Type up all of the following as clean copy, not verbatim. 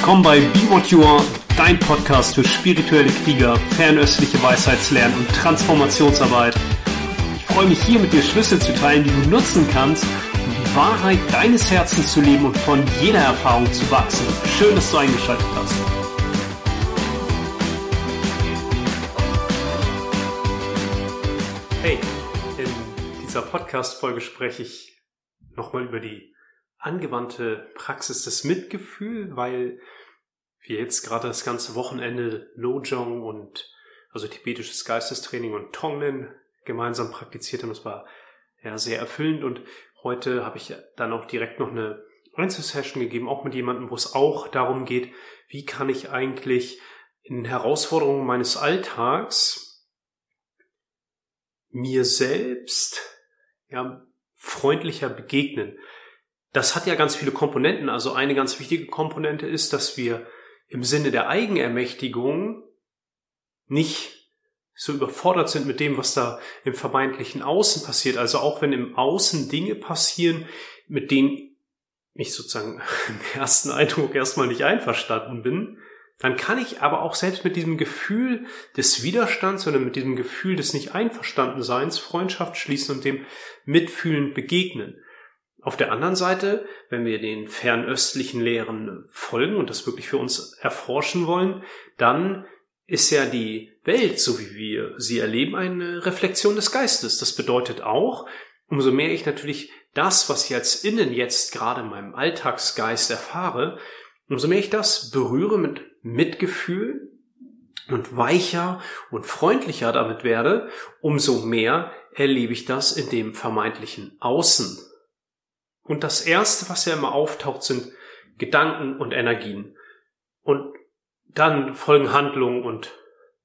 willkommen bei Be What You Are, dein Podcast für spirituelle Krieger, fernöstliche Weisheitslernen und Transformationsarbeit. Ich freue mich hier mit dir Schlüssel zu teilen, die du nutzen kannst, um die Wahrheit deines Herzens zu leben und von jeder Erfahrung zu wachsen. Schön, dass du eingeschaltet hast. Hey, in dieser Podcast-Folge spreche ich nochmal über die angewandte Praxis des Mitgefühl, weil wir jetzt gerade das ganze Wochenende Lojong und also tibetisches Geistestraining und Tonglen gemeinsam praktiziert haben. Das war ja sehr erfüllend und heute habe ich dann auch direkt noch eine Einzelsession gegeben, auch mit jemandem, wo es auch darum geht, wie kann ich eigentlich in Herausforderungen meines Alltags mir selbst freundlicher begegnen. Das hat ja ganz viele Komponenten. Also eine ganz wichtige Komponente ist, dass wir im Sinne der Eigenermächtigung nicht so überfordert sind mit dem, was da im vermeintlichen Außen passiert. Also auch wenn im Außen Dinge passieren, mit denen ich sozusagen im ersten Eindruck erstmal nicht einverstanden bin, dann kann ich aber auch selbst mit diesem Gefühl des Widerstands oder mit diesem Gefühl des Nicht-Einverstandenseins Freundschaft schließen und dem Mitfühlen begegnen. Auf der anderen Seite, wenn wir den fernöstlichen Lehren folgen und das wirklich für uns erforschen wollen, dann ist ja die Welt, so wie wir sie erleben, eine Reflexion des Geistes. Das bedeutet auch, umso mehr ich natürlich das, was ich als innen jetzt gerade in meinem Alltagsgeist erfahre, umso mehr ich das berühre mit Mitgefühl und weicher und freundlicher damit werde, umso mehr erlebe ich das in dem vermeintlichen Außen. Und das Erste, was ja immer auftaucht, sind Gedanken und Energien. Und dann folgen Handlungen und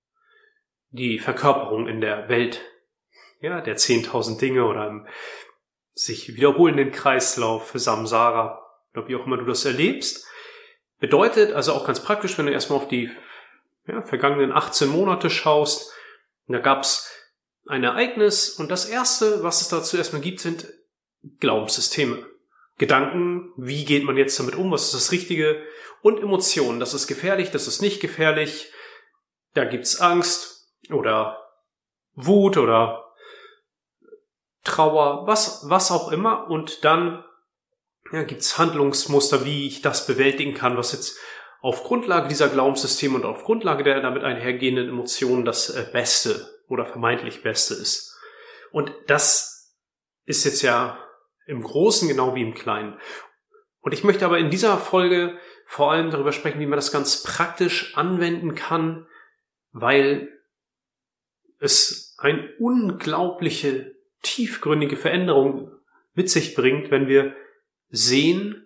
die Verkörperung in der Welt, ja, der 10.000 Dinge oder im sich wiederholenden Kreislauf, Samsara, oder wie auch immer du das erlebst. Bedeutet also auch ganz praktisch, wenn du erstmal auf die vergangenen 18 Monate schaust, da gab es ein Ereignis und das Erste, was es dazu erstmal gibt, sind Glaubenssysteme. Gedanken, wie geht man jetzt damit um, was ist das Richtige, und Emotionen, das ist gefährlich, das ist nicht gefährlich, da gibt's Angst oder Wut oder Trauer, was auch immer, und dann gibt's Handlungsmuster, wie ich das bewältigen kann, was jetzt auf Grundlage dieser Glaubenssysteme und auf Grundlage der damit einhergehenden Emotionen das Beste oder vermeintlich Beste ist. Und das ist jetzt ja im Großen genau wie im Kleinen. Und ich möchte aber in dieser Folge vor allem darüber sprechen, wie man das ganz praktisch anwenden kann, weil es eine unglaubliche, tiefgründige Veränderung mit sich bringt, wenn wir sehen,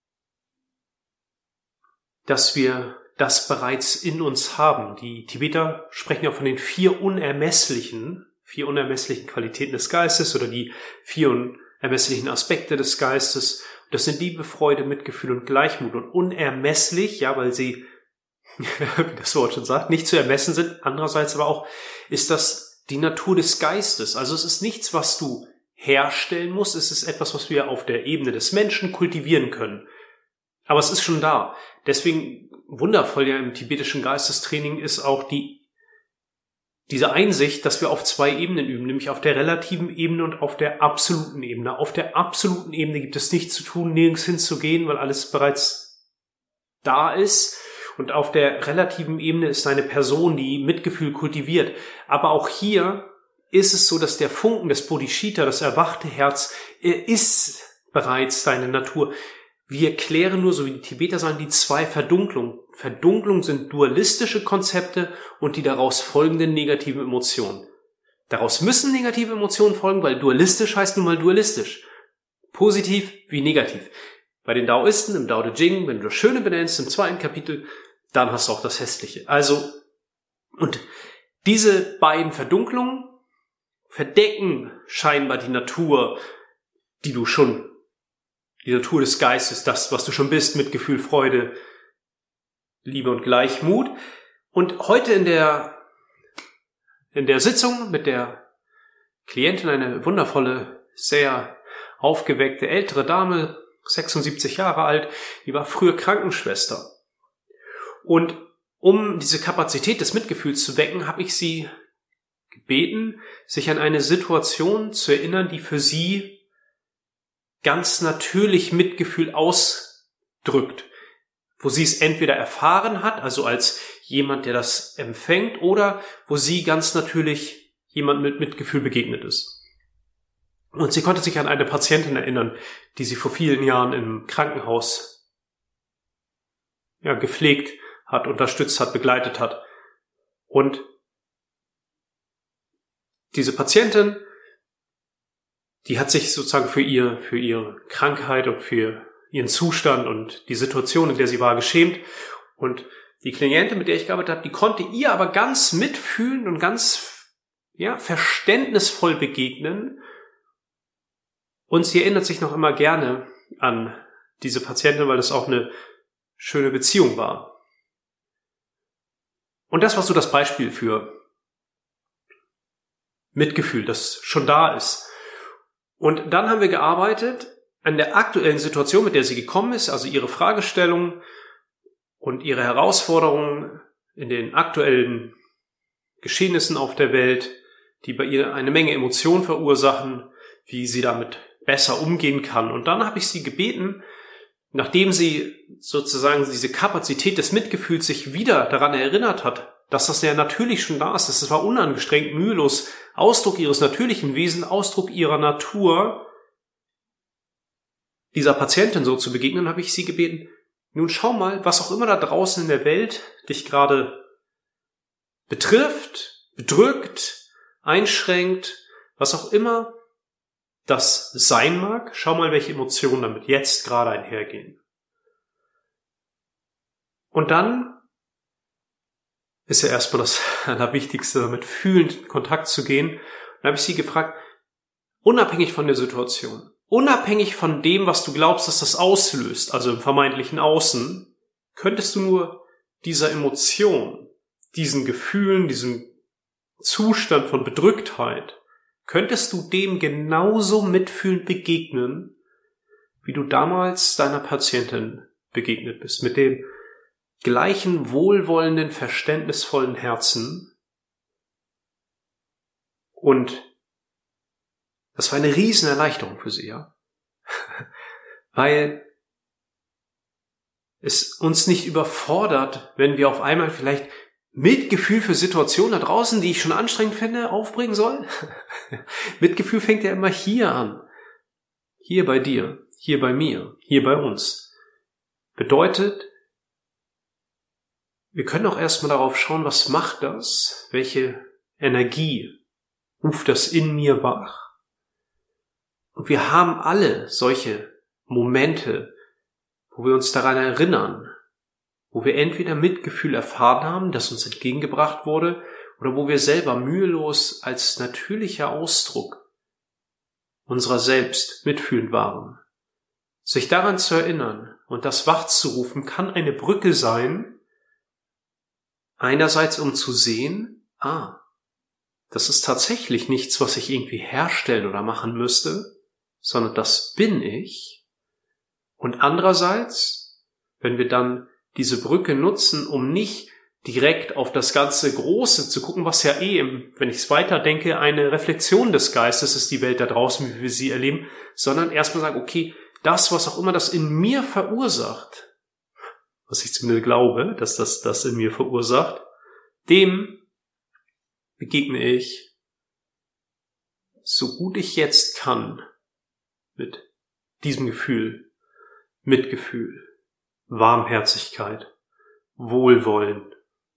dass wir das bereits in uns haben. Die Tibeter sprechen ja von den vier unermesslichen Qualitäten des Geistes oder die vier unermesslichen Aspekte des Geistes. Das sind Liebe, Freude, Mitgefühl und Gleichmut. Und unermesslich, ja, weil sie, wie das Wort schon sagt, nicht zu ermessen sind. Andererseits aber auch ist das die Natur des Geistes. Also es ist nichts, was du herstellen musst. Es ist etwas, was wir auf der Ebene des Menschen kultivieren können. Aber es ist schon da. Deswegen wundervoll ja im tibetischen Geistestraining ist auch diese Einsicht, dass wir auf zwei Ebenen üben, nämlich auf der relativen Ebene und auf der absoluten Ebene. Auf der absoluten Ebene gibt es nichts zu tun, nirgends hinzugehen, weil alles bereits da ist. Und auf der relativen Ebene ist eine Person, die Mitgefühl kultiviert. Aber auch hier ist es so, dass der Funken des Bodhicitta, das erwachte Herz, ist bereits deine Natur. Wir klären nur, so wie die Tibeter sagen, die zwei Verdunklungen. Verdunklung sind dualistische Konzepte und die daraus folgenden negativen Emotionen. Daraus müssen negative Emotionen folgen, weil dualistisch heißt nun mal dualistisch. Positiv wie negativ. Bei den Daoisten, im Dao De Jing, wenn du das Schöne benennst, im 2. Kapitel, dann hast du auch das Hässliche. Also, und diese beiden Verdunklungen verdecken scheinbar die Natur, die Natur des Geistes, das, was du schon bist, Mitgefühl, Freude, Liebe und Gleichmut. Und heute in der Sitzung mit der Klientin, eine wundervolle, sehr aufgeweckte ältere Dame, 76 Jahre alt, die war früher Krankenschwester. Und um diese Kapazität des Mitgefühls zu wecken, habe ich sie gebeten, sich an eine Situation zu erinnern, die für sie ganz natürlich Mitgefühl ausdrückt, wo sie es entweder erfahren hat, also als jemand, der das empfängt, oder wo sie ganz natürlich jemand mit Mitgefühl begegnet ist. Und sie konnte sich an eine Patientin erinnern, die sie vor vielen Jahren im Krankenhaus gepflegt hat, unterstützt hat, begleitet hat. Und diese Patientin, die hat sich sozusagen für ihre Krankheit und für ihren Zustand und die Situation, in der sie war, geschämt. Und die Klientin, mit der ich gearbeitet habe, die konnte ihr aber ganz mitfühlend und ganz verständnisvoll begegnen. Und sie erinnert sich noch immer gerne an diese Patientin, weil das auch eine schöne Beziehung war. Und das war so das Beispiel für Mitgefühl, das schon da ist. Und dann haben wir gearbeitet an der aktuellen Situation, mit der sie gekommen ist, also ihre Fragestellung und ihre Herausforderungen in den aktuellen Geschehnissen auf der Welt, die bei ihr eine Menge Emotionen verursachen, wie sie damit besser umgehen kann. Und dann habe ich sie gebeten, nachdem sie sozusagen diese Kapazität des Mitgefühls sich wieder daran erinnert hat, dass das ja natürlich schon da ist, das war unangestrengt, mühelos, Ausdruck ihres natürlichen Wesens, Ausdruck ihrer Natur, dieser Patientin so zu begegnen, habe ich sie gebeten, nun schau mal, was auch immer da draußen in der Welt dich gerade betrifft, bedrückt, einschränkt, was auch immer das sein mag, schau mal, welche Emotionen damit jetzt gerade einhergehen. Und dann ist ja erstmal das Allerwichtigste, mit fühlend in Kontakt zu gehen. Und dann habe ich sie gefragt, unabhängig von der Situation, unabhängig von dem, was du glaubst, dass das auslöst, also im vermeintlichen Außen, könntest du nur dieser Emotion, diesen Gefühlen, diesem Zustand von Bedrücktheit, könntest du dem genauso mitfühlend begegnen, wie du damals deiner Patientin begegnet bist, mit dem gleichen wohlwollenden, verständnisvollen Herzen. Und das war eine Riesenerleichterung für sie, ja. Weil es uns nicht überfordert, wenn wir auf einmal vielleicht Mitgefühl für Situationen da draußen, die ich schon anstrengend finde, aufbringen soll. Mitgefühl fängt ja immer hier an. Hier bei dir, hier bei mir, hier bei uns. Bedeutet, wir können auch erstmal darauf schauen, was macht das? Welche Energie ruft das in mir wach? Und wir haben alle solche Momente, wo wir uns daran erinnern, wo wir entweder Mitgefühl erfahren haben, das uns entgegengebracht wurde, oder wo wir selber mühelos als natürlicher Ausdruck unserer selbst mitfühlend waren. Sich daran zu erinnern und das wachzurufen, kann eine Brücke sein, einerseits um zu sehen, das ist tatsächlich nichts, was ich irgendwie herstellen oder machen müsste, sondern das bin ich. Und andererseits, wenn wir dann diese Brücke nutzen, um nicht direkt auf das ganze Große zu gucken, was ja wenn ich es weiterdenke, eine Reflexion des Geistes ist, die Welt da draußen, wie wir sie erleben, sondern erstmal sagen, okay, das, was auch immer das in mir verursacht, was ich zumindest glaube, dass das in mir verursacht, dem begegne ich, so gut ich jetzt kann, mit diesem Gefühl, Mitgefühl, Warmherzigkeit, Wohlwollen.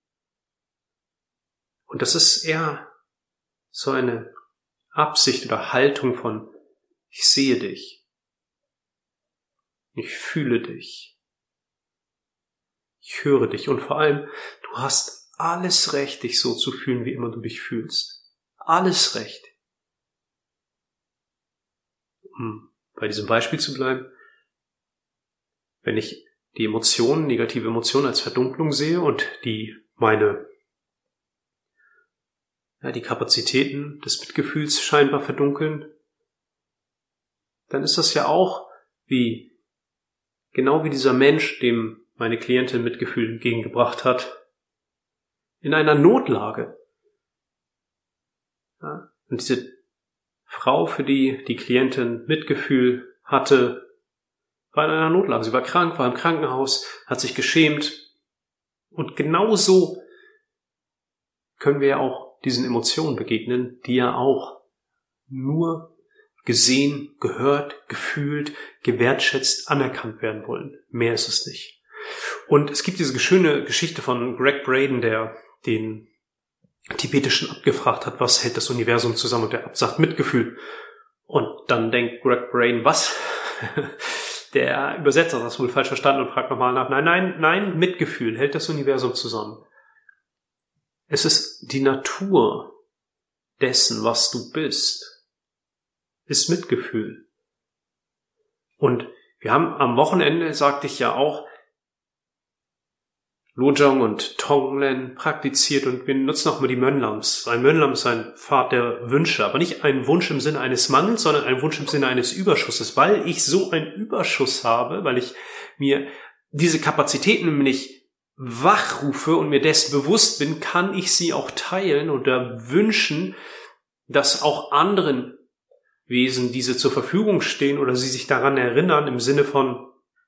Und das ist eher so eine Absicht oder Haltung von, ich sehe dich, ich fühle dich, ich höre dich und vor allem, du hast alles Recht, dich so zu fühlen, wie immer du dich fühlst. Alles Recht. Um bei diesem Beispiel zu bleiben, wenn ich die Emotionen, negative Emotionen als Verdunklung sehe und die Kapazitäten des Mitgefühls scheinbar verdunkeln, dann ist das ja auch genau wie dieser Mensch, dem meine Klientin Mitgefühl entgegengebracht hat. In einer Notlage. Ja, und diese Frau, für die die Klientin Mitgefühl hatte, war in einer Notlage. Sie war krank, war im Krankenhaus, hat sich geschämt. Und genauso können wir ja auch diesen Emotionen begegnen, die ja auch nur gesehen, gehört, gefühlt, gewertschätzt, anerkannt werden wollen. Mehr ist es nicht. Und es gibt diese schöne Geschichte von Greg Braden, der den Tibetischen abgefragt hat, was hält das Universum zusammen, und der sagt Mitgefühl. Und dann denkt Greg Braden, was? Der Übersetzer hat das wohl falsch verstanden und fragt nochmal nach. Nein, Mitgefühl hält das Universum zusammen. Es ist die Natur dessen, was du bist, ist Mitgefühl. Und wir haben am Wochenende, sagte ich ja auch, Lojong und Tonglen praktiziert, und wir nutzen auch mal die Mönlams. Ein Mönlam ist ein Pfad der Wünsche, aber nicht ein Wunsch im Sinne eines Mangels, sondern ein Wunsch im Sinne eines Überschusses. Weil ich so einen Überschuss habe, weil ich mir diese Kapazitäten nämlich wachrufe und mir dessen bewusst bin, kann ich sie auch teilen oder wünschen, dass auch anderen Wesen diese zur Verfügung stehen oder sie sich daran erinnern, im Sinne von,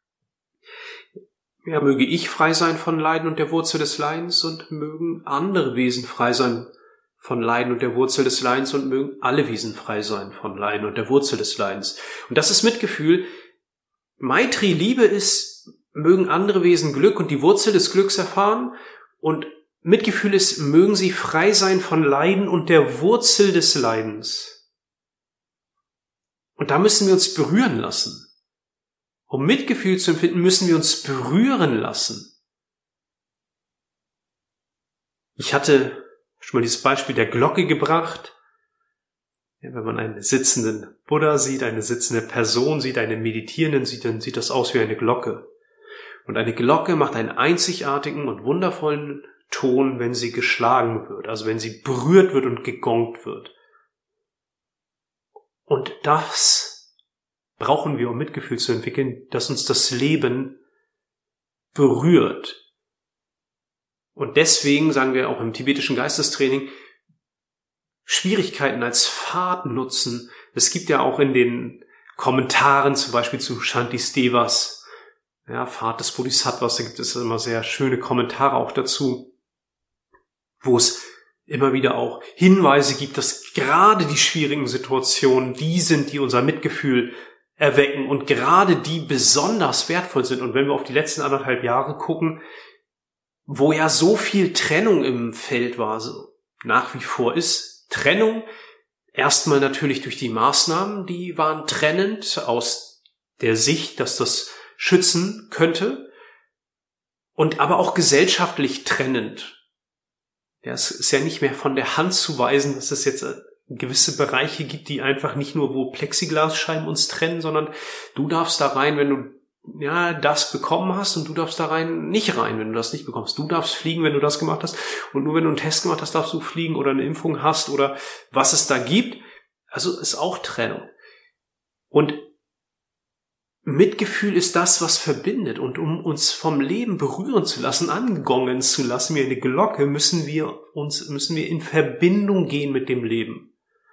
ja, möge ich frei sein von Leiden und der Wurzel des Leidens, und mögen andere Wesen frei sein von Leiden und der Wurzel des Leidens, und mögen alle Wesen frei sein von Leiden und der Wurzel des Leidens. Und das ist Mitgefühl. Maitri, Liebe ist, mögen andere Wesen Glück und die Wurzel des Glücks erfahren, und Mitgefühl ist, mögen sie frei sein von Leiden und der Wurzel des Leidens. Und da müssen wir uns berühren lassen. Um Mitgefühl zu empfinden, müssen wir uns berühren lassen. Ich hatte schon mal dieses Beispiel der Glocke gebracht. Ja, wenn man einen sitzenden Buddha sieht, eine sitzende Person sieht, einen Meditierenden sieht, dann sieht das aus wie eine Glocke. Und eine Glocke macht einen einzigartigen und wundervollen Ton, wenn sie geschlagen wird, also wenn sie berührt wird und gegongt wird. Und das brauchen wir, um Mitgefühl zu entwickeln, dass uns das Leben berührt. Und deswegen sagen wir auch im tibetischen Geistestraining, Schwierigkeiten als Pfad nutzen. Es gibt ja auch in den Kommentaren zum Beispiel zu Shantistevas, ja, Pfad des Bodhisattvas, da gibt es immer sehr schöne Kommentare auch dazu, wo es immer wieder auch Hinweise gibt, dass gerade die schwierigen Situationen die sind, die unser Mitgefühl erwecken und gerade die besonders wertvoll sind. Und wenn wir auf die letzten 1,5 Jahre gucken, wo ja so viel Trennung im Feld war, so nach wie vor ist Trennung, erstmal natürlich durch die Maßnahmen, die waren trennend aus der Sicht, dass das schützen könnte, und aber auch gesellschaftlich trennend. Ja, es ist ja nicht mehr von der Hand zu weisen, dass es jetzt gewisse Bereiche gibt, die einfach nicht nur, wo Plexiglasscheiben uns trennen, sondern du darfst da rein, wenn du das bekommen hast, und du darfst da rein nicht rein, wenn du das nicht bekommst. Du darfst fliegen, wenn du das gemacht hast, und nur wenn du einen Test gemacht hast, darfst du fliegen oder eine Impfung hast oder was es da gibt. Also ist auch Trennung. Und Mitgefühl ist das, was verbindet, und um uns vom Leben berühren zu lassen, angongen zu lassen wie eine Glocke, müssen wir in Verbindung gehen mit dem Leben.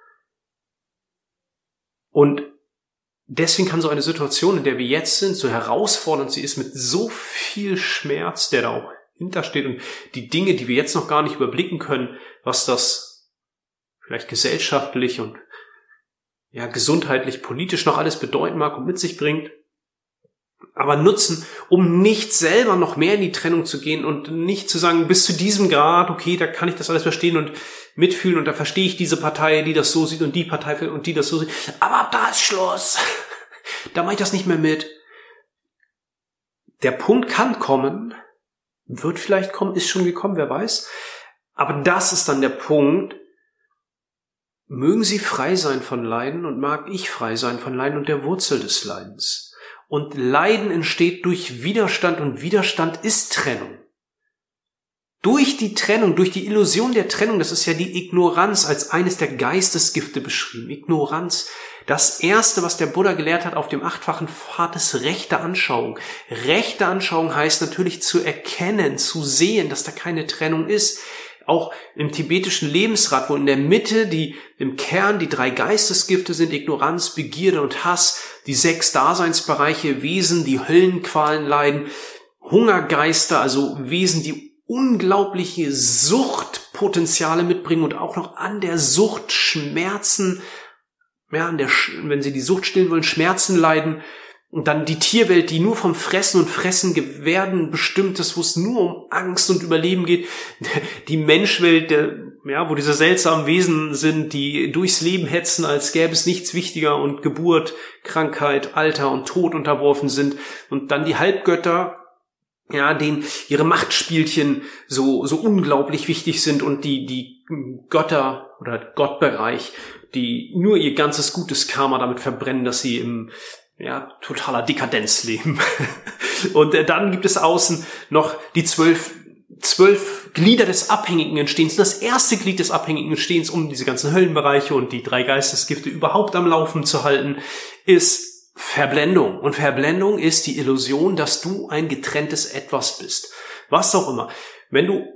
Und deswegen kann so eine Situation, in der wir jetzt sind, so herausfordernd sie ist, mit so viel Schmerz, der da auch hintersteht, und die Dinge, die wir jetzt noch gar nicht überblicken können, was das vielleicht gesellschaftlich und ja gesundheitlich, politisch noch alles bedeuten mag und mit sich bringt, aber nutzen, um nicht selber noch mehr in die Trennung zu gehen und nicht zu sagen, bis zu diesem Grad, okay, da kann ich das alles verstehen und mitfühlen, und da verstehe ich diese Partei, die das so sieht, und die Partei, und die das so sieht, aber ab da ist Schluss. Da mache ich das nicht mehr mit. Der Punkt kann kommen, wird vielleicht kommen, ist schon gekommen, wer weiß, aber das ist dann der Punkt, mögen sie frei sein von Leiden, und mag ich frei sein von Leiden und der Wurzel des Leidens. Und Leiden entsteht durch Widerstand, und Widerstand ist Trennung. Durch die Trennung, durch die Illusion der Trennung, das ist ja die Ignoranz als eines der Geistesgifte beschrieben. Ignoranz, Das Erste, was der Buddha gelehrt hat auf dem 8-fachen Pfad, ist rechte Anschauung. Rechte Anschauung heißt natürlich zu erkennen, zu sehen, dass da keine Trennung ist. Auch im tibetischen Lebensrat, wo in der Mitte im Kern die 3 Geistesgifte sind, Ignoranz, Begierde und Hass, die 6 Daseinsbereiche, Wesen, die Höllenqualen leiden, Hungergeister, also Wesen, die unglaubliche Suchtpotenziale mitbringen und auch noch an der Sucht Schmerzen, wenn sie die Sucht stillen wollen, Schmerzen leiden. Und dann die Tierwelt, die nur vom Fressen und Fressen werden bestimmt ist, wo es nur um Angst und Überleben geht. Die Menschwelt, wo diese seltsamen Wesen sind, die durchs Leben hetzen, als gäbe es nichts wichtiger und Geburt, Krankheit, Alter und Tod unterworfen sind. Und dann die Halbgötter, denen ihre Machtspielchen so unglaublich wichtig sind und die Götter oder Gottbereich, die nur ihr ganzes gutes Karma damit verbrennen, dass sie im totaler Dekadenz leben. Und dann gibt es außen noch die 12 Glieder des abhängigen Entstehens. Das erste Glied des abhängigen Entstehens, um diese ganzen Höllenbereiche und die 3 Geistesgifte überhaupt am Laufen zu halten, ist Verblendung. Und Verblendung ist die Illusion, dass du ein getrenntes Etwas bist. Was auch immer. Wenn du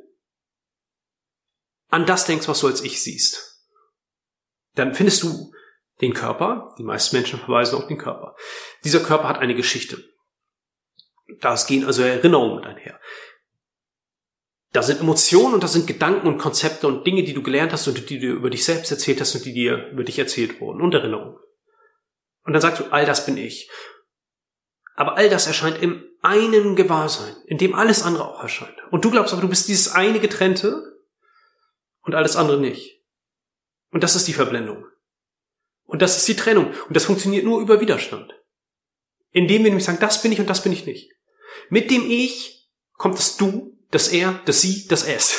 an das denkst, was du als Ich siehst, dann findest du den Körper. Die meisten Menschen verweisen auf den Körper. Dieser Körper hat eine Geschichte. Da gehen also Erinnerungen mit einher. Da sind Emotionen und da sind Gedanken und Konzepte und Dinge, die du gelernt hast und die du über dich selbst erzählt hast und die dir über dich erzählt wurden und Erinnerungen. Und dann sagst du, all das bin ich. Aber all das erscheint im einen Gewahrsein, in dem alles andere auch erscheint. Und du glaubst aber, du bist dieses eine Getrennte und alles andere nicht. Und das ist die Verblendung. Und das ist die Trennung. Und das funktioniert nur über Widerstand. Indem wir nämlich sagen, das bin ich und das bin ich nicht. Mit dem Ich kommt das Du, das Er, das Sie, das Es.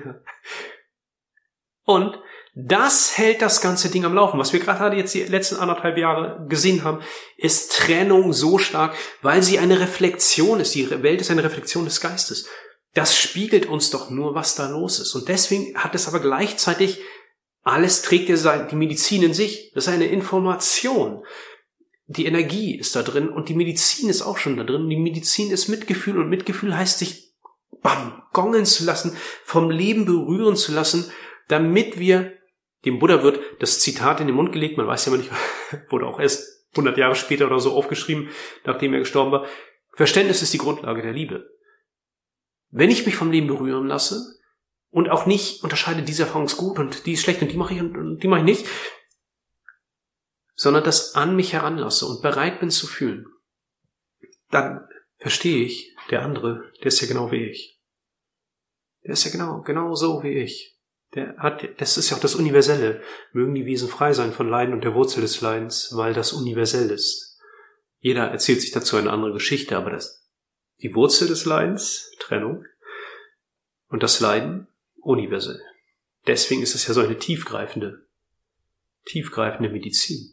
Und das hält das ganze Ding am Laufen. Was wir gerade jetzt die letzten 1,5 Jahre gesehen haben, ist Trennung so stark, weil sie eine Reflexion ist. Die Welt ist eine Reflexion des Geistes. Das spiegelt uns doch nur, was da los ist. Und deswegen hat es aber gleichzeitig, alles trägt die Medizin in sich. Das ist eine Information. Die Energie ist da drin und die Medizin ist auch schon da drin. Die Medizin ist Mitgefühl und Mitgefühl heißt, sich gongen zu lassen, vom Leben berühren zu lassen, damit wir, dem Buddha wird das Zitat in den Mund gelegt, man weiß ja immer nicht, wurde auch erst 100 Jahre später oder so aufgeschrieben, nachdem er gestorben war. Verständnis ist die Grundlage der Liebe. Wenn ich mich vom Leben berühren lasse und auch nicht unterscheide, diese Erfahrung ist gut und die ist schlecht und die mache ich und die mache ich nicht, sondern das an mich heranlasse und bereit bin zu fühlen, dann verstehe ich, der andere, der ist ja genau wie ich. Der ist ja genau so wie ich. Das ist ja auch das Universelle. Mögen die Wesen frei sein von Leiden und der Wurzel des Leidens, weil das universell ist. Jeder erzählt sich dazu eine andere Geschichte, aber die Wurzel des Leidens, Trennung, und das Leiden, universell. Deswegen ist es ja so eine tiefgreifende Medizin.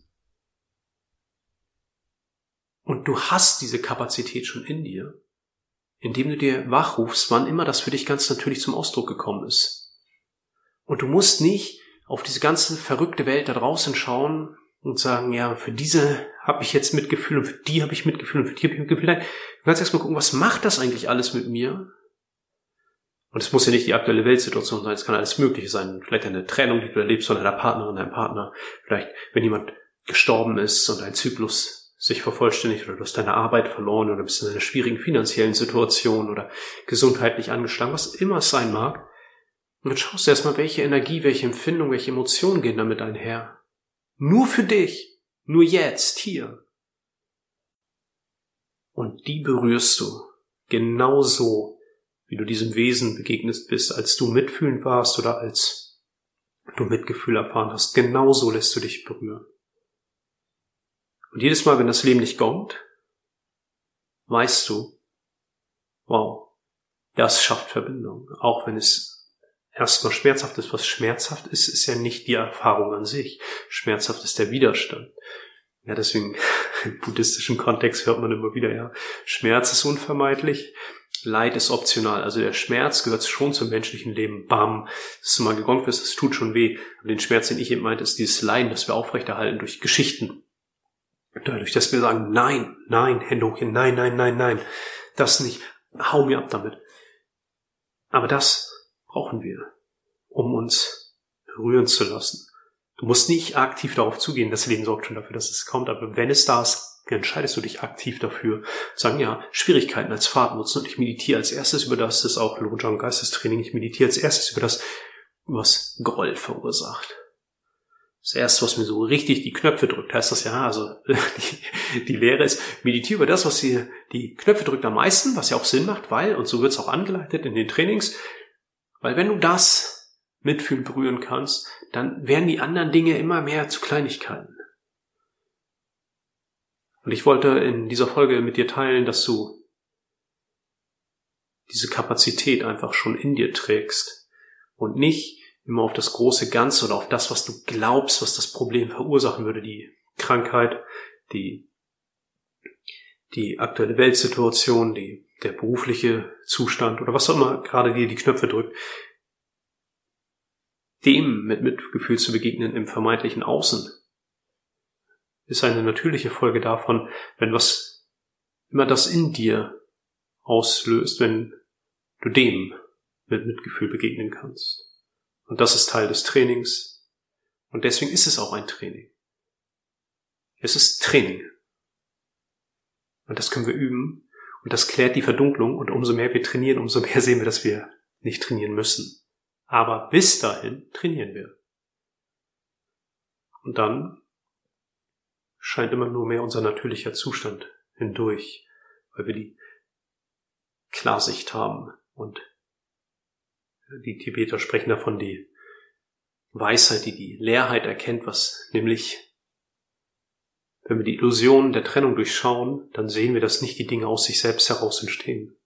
Und du hast diese Kapazität schon in dir, indem du dir wachrufst, wann immer das für dich ganz natürlich zum Ausdruck gekommen ist. Und du musst nicht auf diese ganze verrückte Welt da draußen schauen und sagen, ja, für diese habe ich jetzt Mitgefühl und für die habe ich Mitgefühl und für die habe ich Mitgefühl. Nein, du kannst erstmal gucken, was macht das eigentlich alles mit mir? Und es muss ja nicht die aktuelle Weltsituation sein, es kann alles Mögliche sein. Vielleicht eine Trennung, die du erlebst von deiner Partnerin, deinem Partner. Vielleicht, wenn jemand gestorben ist und ein Zyklus sich vervollständigt oder du hast deine Arbeit verloren oder bist in einer schwierigen finanziellen Situation oder gesundheitlich angeschlagen, was immer es sein mag. Und dann schaust du erstmal, welche Energie, welche Empfindung, welche Emotionen gehen damit einher. Nur für dich, nur jetzt, hier. Und die berührst du genauso, wie du diesem Wesen begegnet bist, als du mitfühlend warst oder als du Mitgefühl erfahren hast. Genauso lässt du dich berühren. Und jedes Mal, wenn das Leben dich gongt, weißt du, wow, das schafft Verbindung. Auch wenn es erstmal schmerzhaft ist. Was schmerzhaft ist, ist ja nicht die Erfahrung an sich. Schmerzhaft ist der Widerstand. Ja, deswegen im buddhistischen Kontext hört man immer wieder, ja, Schmerz ist unvermeidlich, Leid ist optional. Also der Schmerz gehört schon zum menschlichen Leben. Bam, dass du mal gegongt wirst, das tut schon weh. Und den Schmerz, den ich eben meinte, ist dieses Leiden, das wir aufrechterhalten durch Geschichten. Dadurch, dass wir sagen, nein, nein, Hände hoch, nein, nein, nein, nein, das nicht, hau mir ab damit. Aber das brauchen wir, um uns berühren zu lassen. Du musst nicht aktiv darauf zugehen, das Leben sorgt schon dafür, dass es kommt, aber wenn es da ist, entscheidest du dich aktiv dafür. Sagen, ja, Schwierigkeiten als Pfad nutzen und ich meditiere als erstes über das ist auch Loja und Geistestraining, ich meditiere als erstes über das, was Groll verursacht. Das erste, was mir so richtig die Knöpfe drückt, heißt das ja, also die Lehre ist, meditiere über das, was dir die Knöpfe drückt am meisten, was ja auch Sinn macht, weil, und so wird es auch angeleitet in den Trainings, weil wenn du das mitfühlen, berühren kannst, dann werden die anderen Dinge immer mehr zu Kleinigkeiten. Und ich wollte in dieser Folge mit dir teilen, dass du diese Kapazität einfach schon in dir trägst und nicht immer auf das große Ganze oder auf das, was du glaubst, was das Problem verursachen würde, die Krankheit, die aktuelle Weltsituation, der berufliche Zustand oder was auch immer gerade dir die Knöpfe drückt, dem mit Mitgefühl zu begegnen im vermeintlichen Außen, ist eine natürliche Folge davon, wenn was immer das in dir auslöst, wenn du dem mit Mitgefühl begegnen kannst. Und das ist Teil des Trainings. Und deswegen ist es auch ein Training. Es ist Training. Und das können wir üben. Und das klärt die Verdunklung. Und umso mehr wir trainieren, umso mehr sehen wir, dass wir nicht trainieren müssen. Aber bis dahin trainieren wir. Und dann scheint immer nur mehr unser natürlicher Zustand hindurch, weil wir die Klarsicht haben. Und die Tibeter sprechen davon, die Weisheit, die Leerheit erkennt, was nämlich, wenn wir die Illusion der Trennung durchschauen, dann sehen wir, dass nicht die Dinge aus sich selbst heraus entstehen.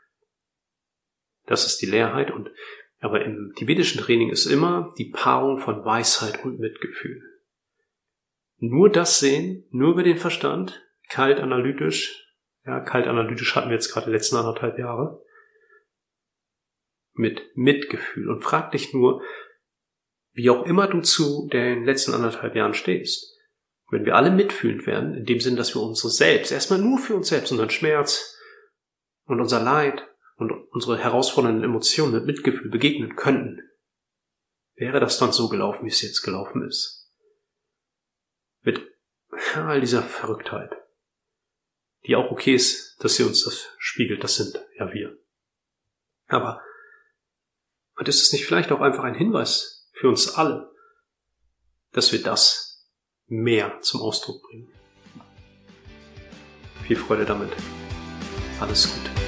Das ist die Leerheit. Aber im tibetischen Training ist immer die Paarung von Weisheit und Mitgefühl. Nur das sehen, nur über den Verstand, kalt analytisch hatten wir jetzt gerade die letzten 1,5 Jahre, mit Mitgefühl. Und frag dich nur, wie auch immer du zu den letzten 1,5 Jahren stehst. Wenn wir alle mitfühlend werden, in dem Sinn, dass wir unsere selbst, erstmal nur für uns selbst, unseren Schmerz und unser Leid und unsere herausfordernden Emotionen mit Mitgefühl begegnen könnten, wäre das dann so gelaufen, wie es jetzt gelaufen ist. Mit all dieser Verrücktheit, die auch okay ist, dass sie uns das spiegelt, das sind ja wir. Aber und ist es nicht vielleicht auch einfach ein Hinweis für uns alle, dass wir das mehr zum Ausdruck bringen? Viel Freude damit. Alles Gute.